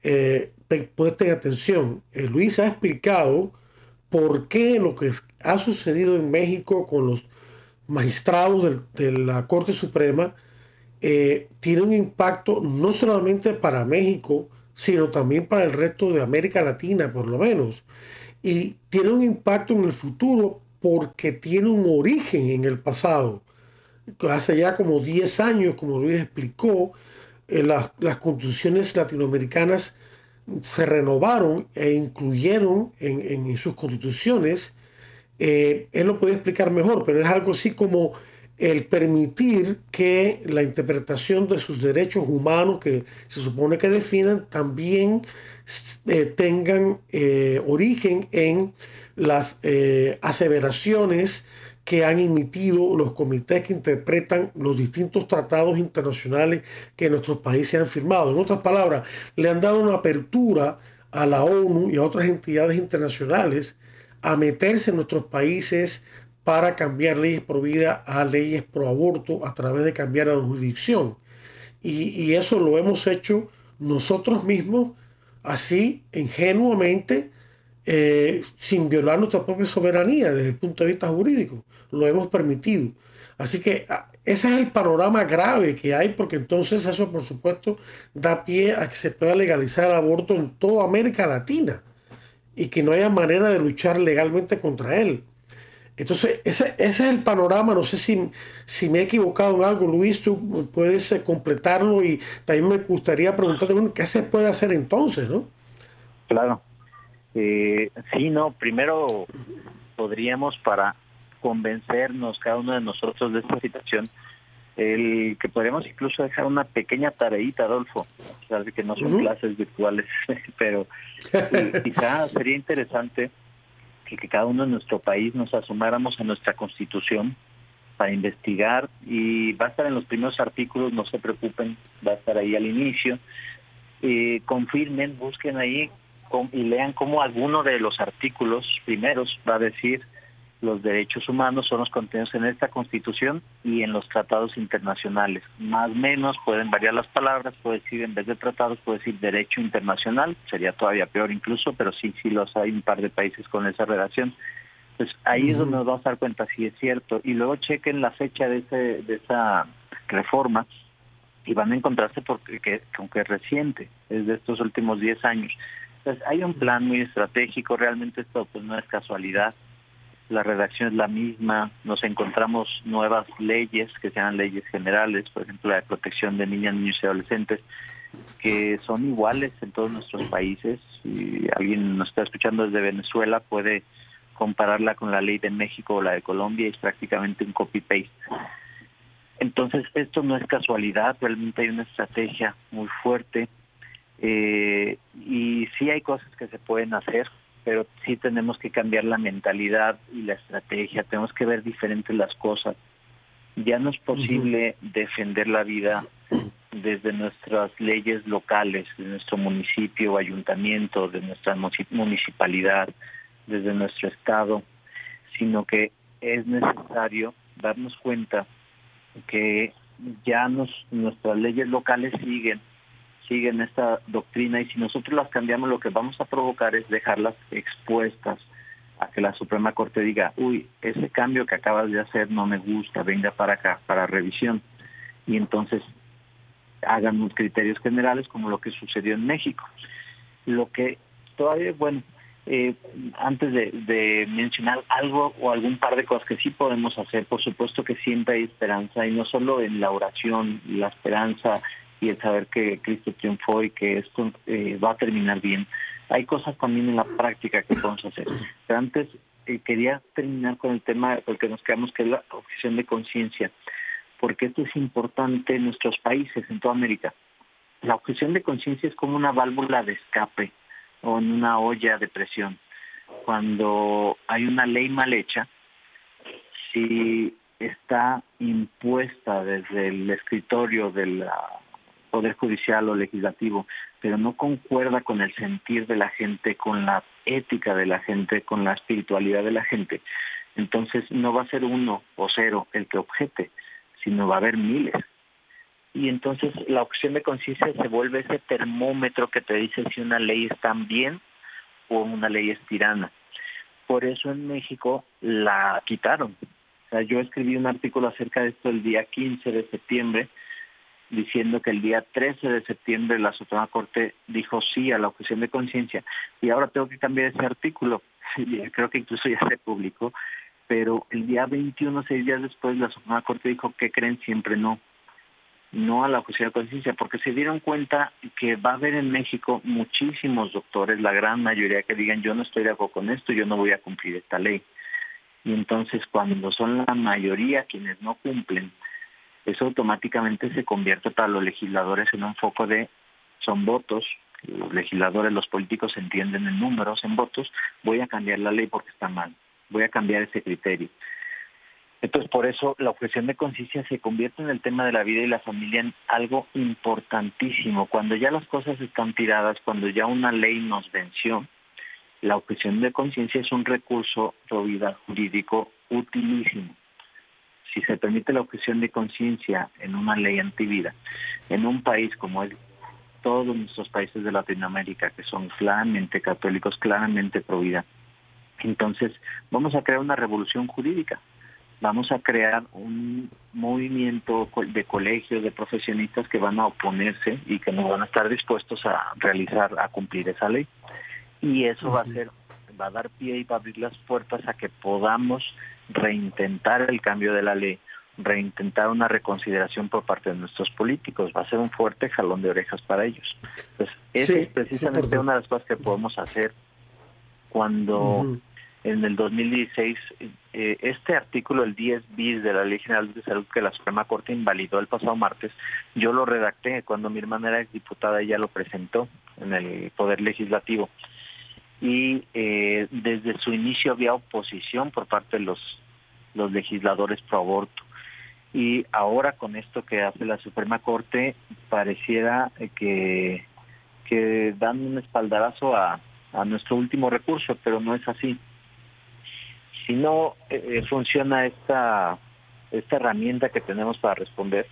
presten atención. Luis ha explicado por qué lo que ha sucedido en México con los magistrados de la Corte Suprema tiene un impacto no solamente para México, sino también para el resto de América Latina, por lo menos. Y tiene un impacto en el futuro porque tiene un origen en el pasado. Hace ya como 10 años, como Luis explicó, las constituciones latinoamericanas se renovaron e incluyeron en sus constituciones, él lo puede explicar mejor, pero es algo así como el permitir que la interpretación de sus derechos humanos, que se supone que definan, también tengan origen en las aseveraciones que han emitido los comités que interpretan los distintos tratados internacionales que nuestros países han firmado. En otras palabras, le han dado una apertura a la ONU y a otras entidades internacionales a meterse en nuestros países para cambiar leyes pro vida a leyes pro aborto a través de cambiar la jurisdicción. Y eso lo hemos hecho nosotros mismos, así, ingenuamente, sin violar nuestra propia soberanía desde el punto de vista jurídico. Lo hemos permitido. Así que ese es el panorama grave que hay, porque entonces eso, por supuesto, da pie a que se pueda legalizar el aborto en toda América Latina y que no haya manera de luchar legalmente contra él. Entonces, ese es el panorama. No sé si me he equivocado en algo, Luis, tú puedes completarlo, y también me gustaría preguntarte, bueno, ¿qué se puede hacer entonces, no? Claro. Sí, no, primero podríamos, para convencernos cada uno de nosotros de esta situación, que podríamos incluso dejar una pequeña tareita, Adolfo, o sea, que no son clases virtuales, pero quizá sería interesante que cada uno en nuestro país nos asomáramos a nuestra Constitución para investigar, y va a estar en los primeros artículos, no se preocupen, va a estar ahí al inicio. Confirmen, busquen ahí y lean cómo alguno de los artículos primeros va a decir: los derechos humanos son los contenidos en esta Constitución y en los tratados internacionales. Más o menos pueden variar las palabras, puede decir, en vez de tratados, puede decir derecho internacional, sería todavía peor incluso, pero sí los hay un par de países con esa redacción. Pues ahí es donde nos vamos a dar cuenta si es cierto. Y luego chequen la fecha de esa reforma y van a encontrarse porque aunque es reciente, es de estos últimos 10 años. Entonces hay un plan muy estratégico, realmente esto pues no es casualidad. La redacción es la misma, nos encontramos nuevas leyes que se llaman leyes generales, por ejemplo la de protección de niñas, niños y adolescentes, que son iguales en todos nuestros países. Si alguien nos está escuchando desde Venezuela, puede compararla con la ley de México o la de Colombia, y es prácticamente un copy-paste. Entonces esto no es casualidad, realmente hay una estrategia muy fuerte, y sí hay cosas que se pueden hacer, pero sí tenemos que cambiar la mentalidad y la estrategia, tenemos que ver diferentes las cosas. Ya no es posible defender la vida desde nuestras leyes locales, de nuestro municipio o ayuntamiento, de nuestra municipalidad, desde nuestro estado, sino que es necesario darnos cuenta que ya nuestras leyes locales siguen esta doctrina, y si nosotros las cambiamos, lo que vamos a provocar es dejarlas expuestas a que la Suprema Corte diga: uy, ese cambio que acabas de hacer no me gusta, venga para acá, para revisión. Y entonces hagan unos criterios generales, como lo que sucedió en México. Lo que todavía, antes de mencionar algo o algún par de cosas que sí podemos hacer, por supuesto que siempre hay esperanza, y no solo en la oración, la esperanza y el saber que Cristo triunfó y que esto va a terminar bien. Hay cosas también en la práctica que podemos hacer. Pero antes quería terminar con el tema porque nos quedamos, que es la objeción de conciencia, porque esto es importante en nuestros países, en toda América. La objeción de conciencia es como una válvula de escape o en una olla de presión. Cuando hay una ley mal hecha, si está impuesta desde el escritorio del Poder Judicial o Legislativo, pero no concuerda con el sentir de la gente, con la ética de la gente, con la espiritualidad de la gente, entonces no va a ser 1 o 0 el que objete, sino va a haber miles. Y entonces la objeción de conciencia se vuelve ese termómetro que te dice si una ley está bien o una ley es tirana. Por eso en México la quitaron. O sea, yo escribí un artículo acerca de esto el día 15 de septiembre, diciendo que el día 13 de septiembre la Suprema Corte dijo sí a la objeción de conciencia, y ahora tengo que cambiar ese artículo. Creo que incluso ya se publicó, pero el día 21, 6 días después, la Suprema Corte dijo que creen siempre no a la objeción de conciencia, porque se dieron cuenta que va a haber en México muchísimos doctores, la gran mayoría, que digan: yo no estoy de acuerdo con esto, yo no voy a cumplir esta ley. Y entonces, cuando son la mayoría quienes no cumplen, eso automáticamente se convierte para los legisladores en un foco son votos. Los legisladores, los políticos se entienden en números, en votos. Voy a cambiar la ley porque está mal, voy a cambiar ese criterio. Entonces, por eso la objeción de conciencia se convierte en el tema de la vida y la familia en algo importantísimo. Cuando ya las cosas están tiradas, cuando ya una ley nos venció, la objeción de conciencia es un recurso probidad jurídico utilísimo. Si se permite la objeción de conciencia en una ley antivida, en un país como es todos nuestros países de Latinoamérica, que son claramente católicos, claramente pro vida, entonces vamos a crear una revolución jurídica. Vamos a crear un movimiento de colegios, de profesionistas que van a oponerse y que no van a estar dispuestos a cumplir esa ley. Y eso va a dar pie y va a abrir las puertas a que podamos reintentar el cambio de la ley, reintentar una reconsideración por parte de nuestros políticos. Va a ser un fuerte jalón de orejas para ellos. Entonces, esa es precisamente una de las cosas que podemos hacer cuando en el 2016 este artículo, el 10 bis de la Ley General de Salud que la Suprema Corte invalidó el pasado martes, yo lo redacté cuando mi hermana era exdiputada, ella lo presentó en el Poder Legislativo. Y desde su inicio había oposición por parte de los legisladores pro aborto. Y ahora con esto que hace la Suprema Corte, pareciera que dan un espaldarazo a nuestro último recurso, pero no es así. Si no funciona esta herramienta que tenemos para responder,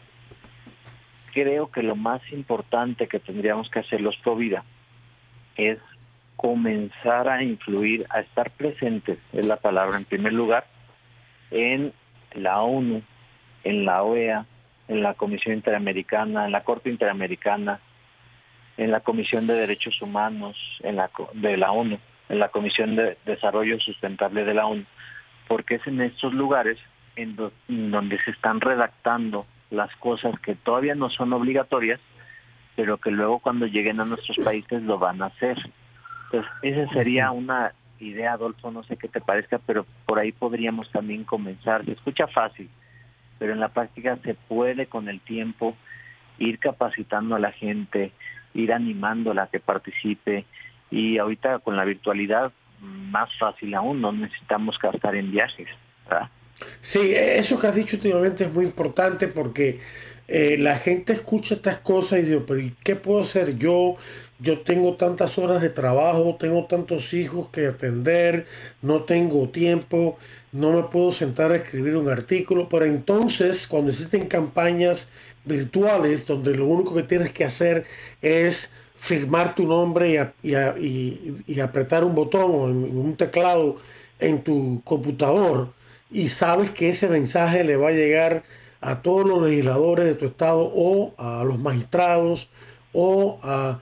creo que lo más importante que tendríamos que hacer los pro vida es comenzar a influir, a estar presentes, es la palabra en primer lugar, en la ONU, en la OEA, en la Comisión Interamericana, en la Corte Interamericana, en la Comisión de Derechos Humanos de la ONU, en la Comisión de Desarrollo Sustentable de la ONU, porque es en estos lugares en donde se están redactando las cosas que todavía no son obligatorias, pero que luego cuando lleguen a nuestros países lo van a hacer. Entonces, esa sería una idea, Adolfo, no sé qué te parezca, pero por ahí podríamos también comenzar. Se escucha fácil, pero en la práctica se puede con el tiempo ir capacitando a la gente, ir animándola a que participe, y ahorita con la virtualidad más fácil aún, no necesitamos gastar en viajes, ¿verdad? Sí, eso que has dicho últimamente es muy importante porque la gente escucha estas cosas y dice, pero ¿qué puedo hacer yo? Yo tengo tantas horas de trabajo, tengo tantos hijos que atender, no tengo tiempo, no me puedo sentar a escribir un artículo. Pero entonces, cuando existen campañas virtuales donde lo único que tienes que hacer es firmar tu nombre y apretar un botón o en un teclado en tu computador, y sabes que ese mensaje le va a llegar a todos los legisladores de tu estado o a los magistrados o a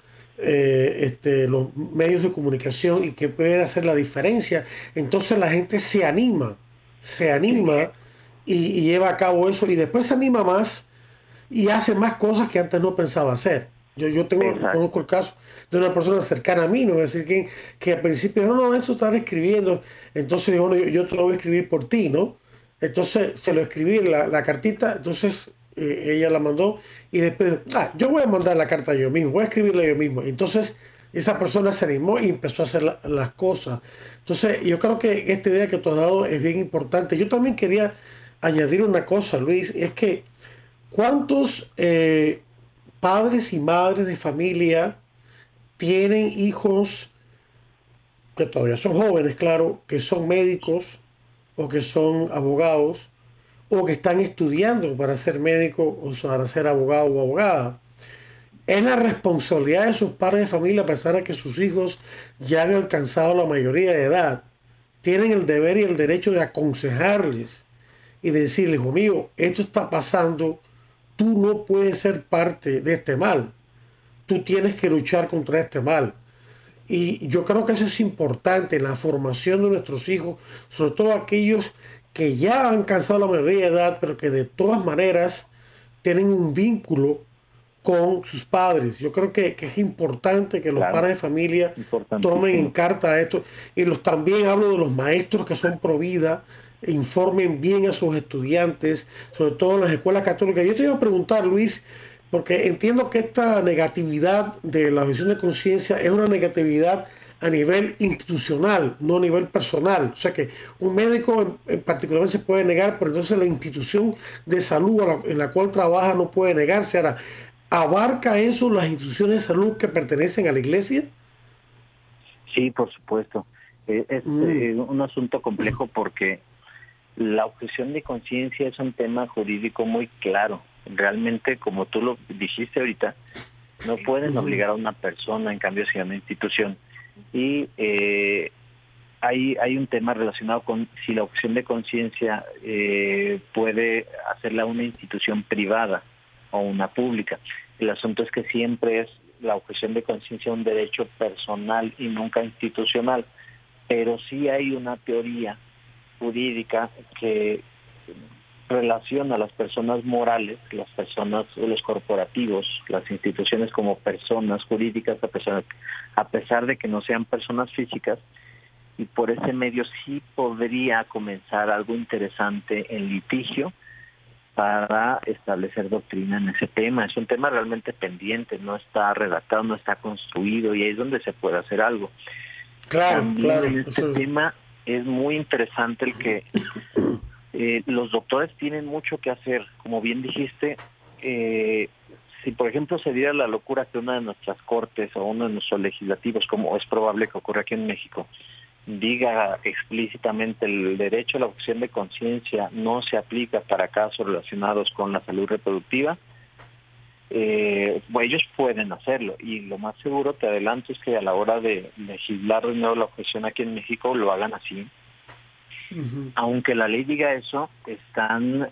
los medios de comunicación, y que puede hacer la diferencia. Entonces la gente se anima y lleva a cabo eso, y después se anima más y hace más cosas que antes no pensaba hacer. Yo conozco el caso de una persona cercana a mí, no es decir, que al principio no, eso están escribiendo, entonces dijo, bueno, yo te lo voy a escribir por ti, ¿no? Entonces se lo escribí la cartita, entonces ella la mandó, y después, yo voy a mandar la carta yo mismo, voy a escribirla yo mismo. Entonces esa persona se animó y empezó a hacer las cosas. Entonces yo creo que esta idea que tú has dado es bien importante. Yo también quería añadir una cosa, Luis, es que ¿cuántos padres y madres de familia tienen hijos que todavía son jóvenes, claro, que son médicos o que son abogados o que están estudiando para ser médico o para ser abogado o abogada? Es la responsabilidad de sus padres de familia, a pesar de que sus hijos ya han alcanzado la mayoría de edad, tienen el deber y el derecho de aconsejarles y decirles, hijo mío, esto está pasando, tú no puedes ser parte de este mal, tú tienes que luchar contra este mal. Y yo creo que eso es importante en la formación de nuestros hijos, sobre todo aquellos que ya han alcanzado la mayoría de edad, pero que de todas maneras tienen un vínculo con sus padres. Yo creo que es importante que los padres de familia tomen en carta esto. Y también hablo de los maestros que son pro vida, informen bien a sus estudiantes, sobre todo en las escuelas católicas. Yo te iba a preguntar, Luis, porque entiendo que esta negatividad de la objeción de conciencia es una negatividad a nivel institucional, no a nivel personal. O sea que un médico en particular se puede negar, pero entonces la institución de salud en la cual trabaja no puede negarse. Ahora, ¿abarca eso las instituciones de salud que pertenecen a la iglesia? Sí, por supuesto. Es un asunto complejo porque la objeción de conciencia es un tema jurídico muy claro. Realmente, como tú lo dijiste ahorita, no pueden obligar a una persona, en cambio, si a una institución. Y hay un tema relacionado con si la objeción de conciencia puede hacerla una institución privada o una pública. El asunto es que siempre es la objeción de conciencia un derecho personal y nunca institucional. Pero sí hay una teoría jurídica que relaciona a las personas morales, las personas, los corporativos, las instituciones como personas jurídicas, a pesar de que no sean personas físicas, y por ese medio sí podría comenzar algo interesante en litigio para establecer doctrina en ese tema. Es un tema realmente pendiente, no está redactado, no está construido, y ahí es donde se puede hacer algo. Claro, También claro. en este tema es muy interesante el que los doctores tienen mucho que hacer. Como bien dijiste, si por ejemplo se diera la locura que una de nuestras cortes o uno de nuestros legislativos, como es probable que ocurra aquí en México, diga explícitamente el derecho a la objeción de conciencia no se aplica para casos relacionados con la salud reproductiva, ellos pueden hacerlo, y lo más seguro, te adelanto, es que a la hora de legislar de nuevo la objeción aquí en México lo hagan así. Uh-huh. Aunque la ley diga eso, están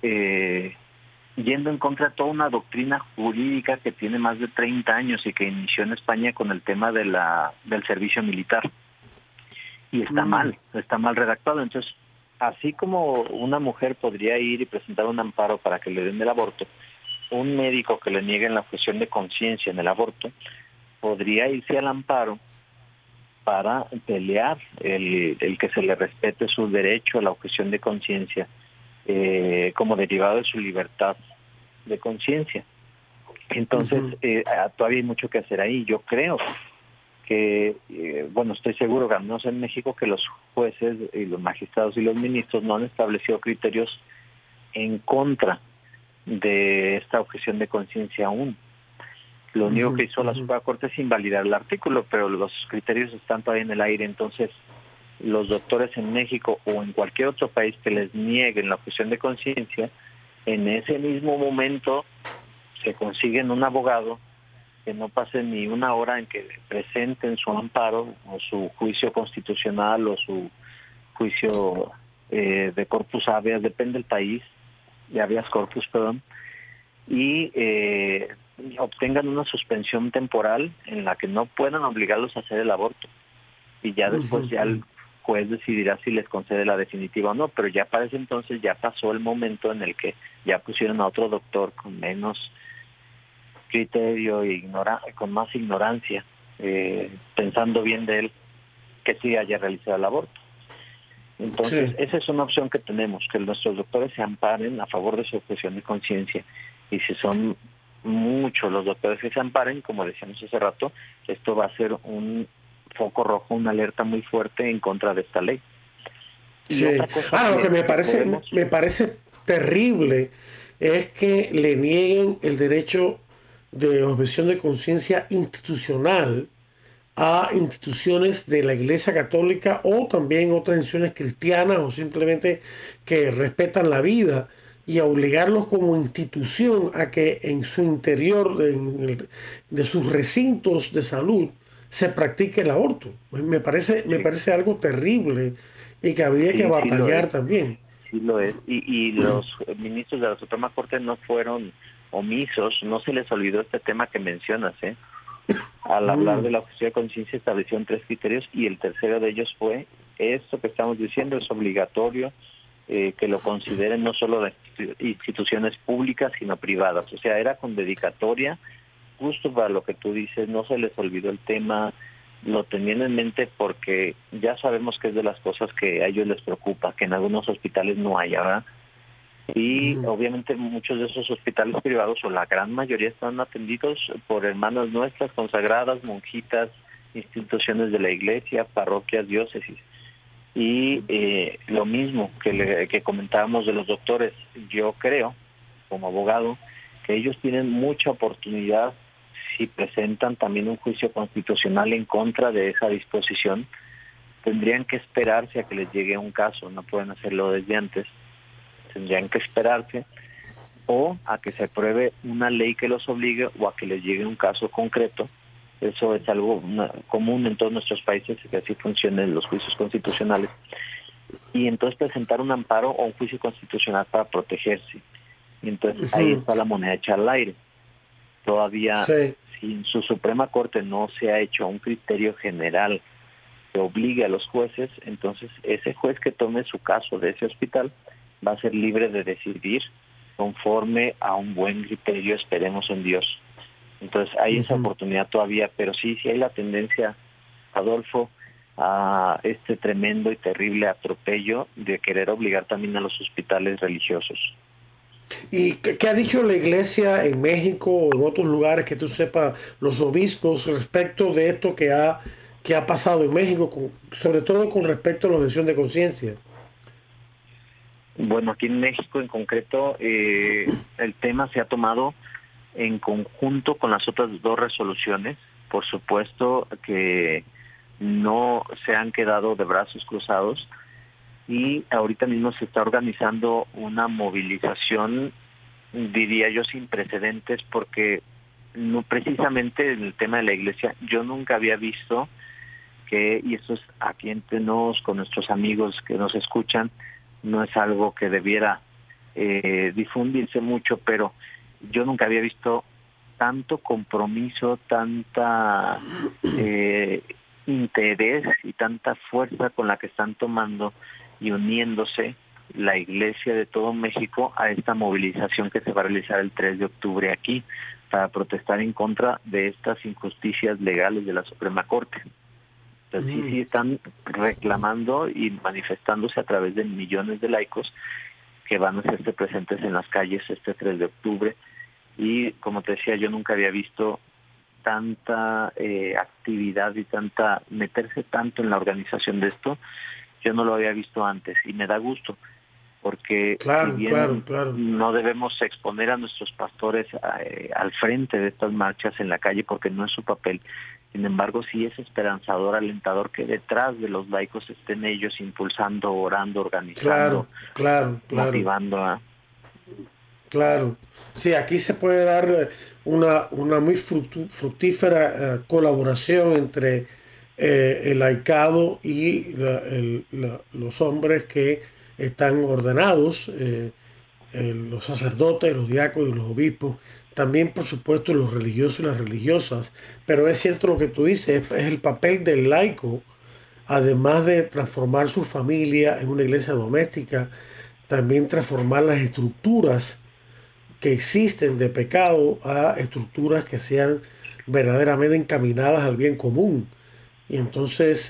yendo en contra de toda una doctrina jurídica que tiene más de 30 años y que inició en España con el tema de del servicio militar. Y está mal redactado. Entonces, así como una mujer podría ir y presentar un amparo para que le den el aborto, un médico que le niegue la objeción de conciencia en el aborto podría irse al amparo para pelear el que se le respete su derecho a la objeción de conciencia como derivado de su libertad de conciencia. Entonces, todavía hay mucho que hacer ahí. Yo creo que, estoy seguro que al menos en México, que los jueces y los magistrados y los ministros no han establecido criterios en contra de esta objeción de conciencia aún. Lo único que hizo la Suprema Corte es invalidar el artículo, pero los criterios están todavía en el aire. Entonces, los doctores en México o en cualquier otro país que les nieguen la objeción de conciencia, en ese mismo momento se consiguen un abogado, que no pase ni una hora en que presenten su amparo o su juicio constitucional o su juicio de corpus habeas, depende del país, de habeas corpus, y obtengan una suspensión temporal en la que no puedan obligarlos a hacer el aborto. Y ya después ya el juez decidirá si les concede la definitiva o no, pero ya para ese entonces ya pasó el momento en el que ya pusieron a otro doctor con menos criterio e con más ignorancia, pensando bien de él, que sí haya realizado el aborto. Entonces, esa es una opción que tenemos, que nuestros doctores se amparen a favor de su objeción de conciencia. Y si son muchos los doctores que se amparen, como decíamos hace rato, esto va a ser un foco rojo, una alerta muy fuerte en contra de esta ley. Sí. Lo que me parece terrible es que le nieguen el derecho de objeción de conciencia institucional a instituciones de la Iglesia Católica o también otras instituciones cristianas o simplemente que respetan la vida, y a obligarlos como institución a que en su interior de sus recintos de salud se practique el aborto. Me parece algo terrible y que habría que batallar también. Sí lo es. Y los ministros de la Suprema Corte no fueron omisos, no se les olvidó este tema que mencionas, Al hablar de la objeción de conciencia establecieron 3 criterios, y el tercero de ellos fue esto que estamos diciendo: es obligatorio que lo consideren no solo de instituciones públicas sino privadas. O sea, era con dedicatoria, justo para lo que tú dices. No se les olvidó el tema, lo tenían en mente, porque ya sabemos que es de las cosas que a ellos les preocupa, que en algunos hospitales no haya, ¿verdad? Y obviamente muchos de esos hospitales privados, o la gran mayoría, están atendidos por hermanas nuestras consagradas, monjitas, instituciones de la iglesia, parroquias, diócesis. Y lo mismo que comentábamos de los doctores, yo creo, como abogado, que ellos tienen mucha oportunidad, si presentan también un juicio constitucional en contra de esa disposición. Tendrían que esperarse a que les llegue un caso, no pueden hacerlo desde antes. Tendrían que esperarse o a que se apruebe una ley que los obligue, o a que les llegue un caso concreto. Eso es algo común en todos nuestros países, que así funcionan los juicios constitucionales. Y entonces presentar un amparo o un juicio constitucional para protegerse. Y entonces ahí está la moneda hecha al aire. Todavía, si en su Suprema Corte no se ha hecho un criterio general que obligue a los jueces, entonces ese juez que tome su caso de ese hospital va a ser libre de decidir conforme a un buen criterio, esperemos en Dios. Entonces hay esa oportunidad todavía, pero sí hay la tendencia, Adolfo, a este tremendo y terrible atropello de querer obligar también a los hospitales religiosos. ¿Y qué ha dicho la iglesia en México o en otros lugares que tú sepas, los obispos, respecto de esto que ha pasado en México, sobre todo con respecto a la objeción de conciencia? Bueno, aquí en México en concreto el tema se ha tomado en conjunto con las otras dos resoluciones. Por supuesto que no se han quedado de brazos cruzados, y ahorita mismo se está organizando una movilización, diría yo, sin precedentes, porque no, precisamente en el tema de la iglesia, yo nunca había visto que, y esto es aquí entre nos, con nuestros amigos que nos escuchan, no es algo que debiera difundirse mucho, pero yo nunca había visto tanto compromiso, tanta interés y tanta fuerza con la que están tomando y uniéndose la iglesia de todo México a esta movilización que se va a realizar el 3 de octubre aquí, para protestar en contra de estas injusticias legales de la Suprema Corte. Entonces sí están reclamando y manifestándose a través de millones de laicos que van a hacerse presentes en las calles este 3 de octubre. Y como te decía, yo nunca había visto tanta actividad y meterse tanto en la organización de esto. Yo no lo había visto antes y me da gusto, porque si bien no debemos exponer a nuestros pastores al frente de estas marchas en la calle, porque no es su papel. Sin embargo, sí es esperanzador, alentador que detrás de los laicos estén ellos impulsando, orando, organizando, motivando a... Claro, sí, aquí se puede dar una muy fructífera colaboración entre el laicado y los hombres que están ordenados, los sacerdotes, los diáconos y los obispos, también por supuesto los religiosos y las religiosas. Pero es cierto lo que tú dices, es el papel del laico, además de transformar su familia en una iglesia doméstica, también transformar las estructuras que existen de pecado a estructuras que sean verdaderamente encaminadas al bien común. Y entonces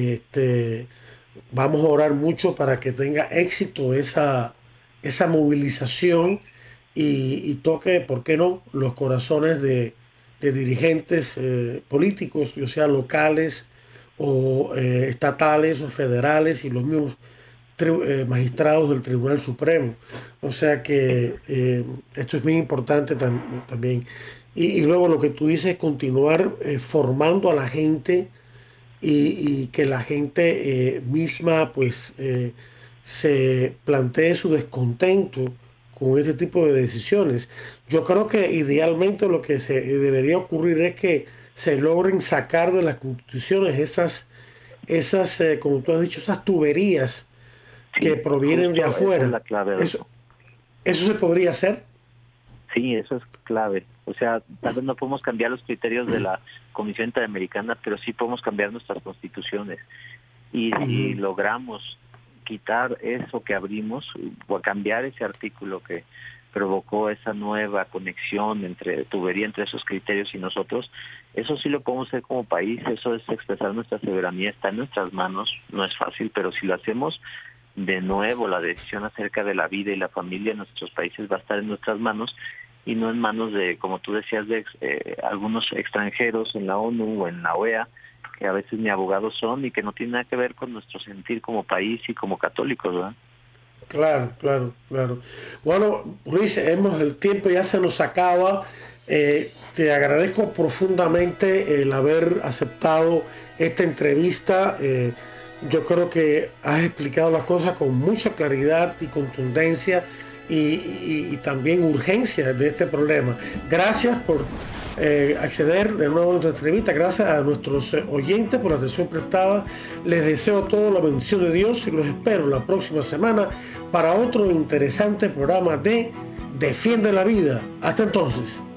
vamos a orar mucho para que tenga éxito esa movilización y toque, ¿por qué no?, los corazones de dirigentes políticos, ya sea locales o estatales o federales, y los mismos magistrados del Tribunal Supremo. O sea que esto es muy importante también. Y luego lo que tú dices es continuar formando a la gente y que la gente misma pues se plantee su descontento con este tipo de decisiones. Yo creo que idealmente lo que se debería ocurrir es que se logren sacar de las constituciones esas como tú has dicho, esas tuberías que provienen de afuera. Es la clave. ¿Eso se podría hacer? Sí, eso es clave. O sea, tal vez no podemos cambiar los criterios de la Comisión Interamericana, pero sí podemos cambiar nuestras constituciones. Y si logramos quitar eso que abrimos, o cambiar ese artículo que provocó esa nueva conexión tubería entre esos criterios y nosotros, eso sí lo podemos hacer como país. Eso es expresar nuestra soberanía, está en nuestras manos. No es fácil, pero si lo hacemos, de nuevo la decisión acerca de la vida y la familia en nuestros países va a estar en nuestras manos, y no en manos de, como tú decías, de algunos extranjeros en la ONU o en la OEA, que a veces ni abogados son y que no tienen nada que ver con nuestro sentir como país y como católicos, ¿verdad? Claro. Bueno, Luis, el tiempo ya se nos acaba. Te agradezco profundamente el haber aceptado esta entrevista. Yo creo que has explicado las cosas con mucha claridad y contundencia y también urgencia de este problema. Gracias por acceder de nuevo a nuestra entrevista. Gracias a nuestros oyentes por la atención prestada. Les deseo toda la bendición de Dios y los espero la próxima semana para otro interesante programa de Defiende la Vida. Hasta entonces.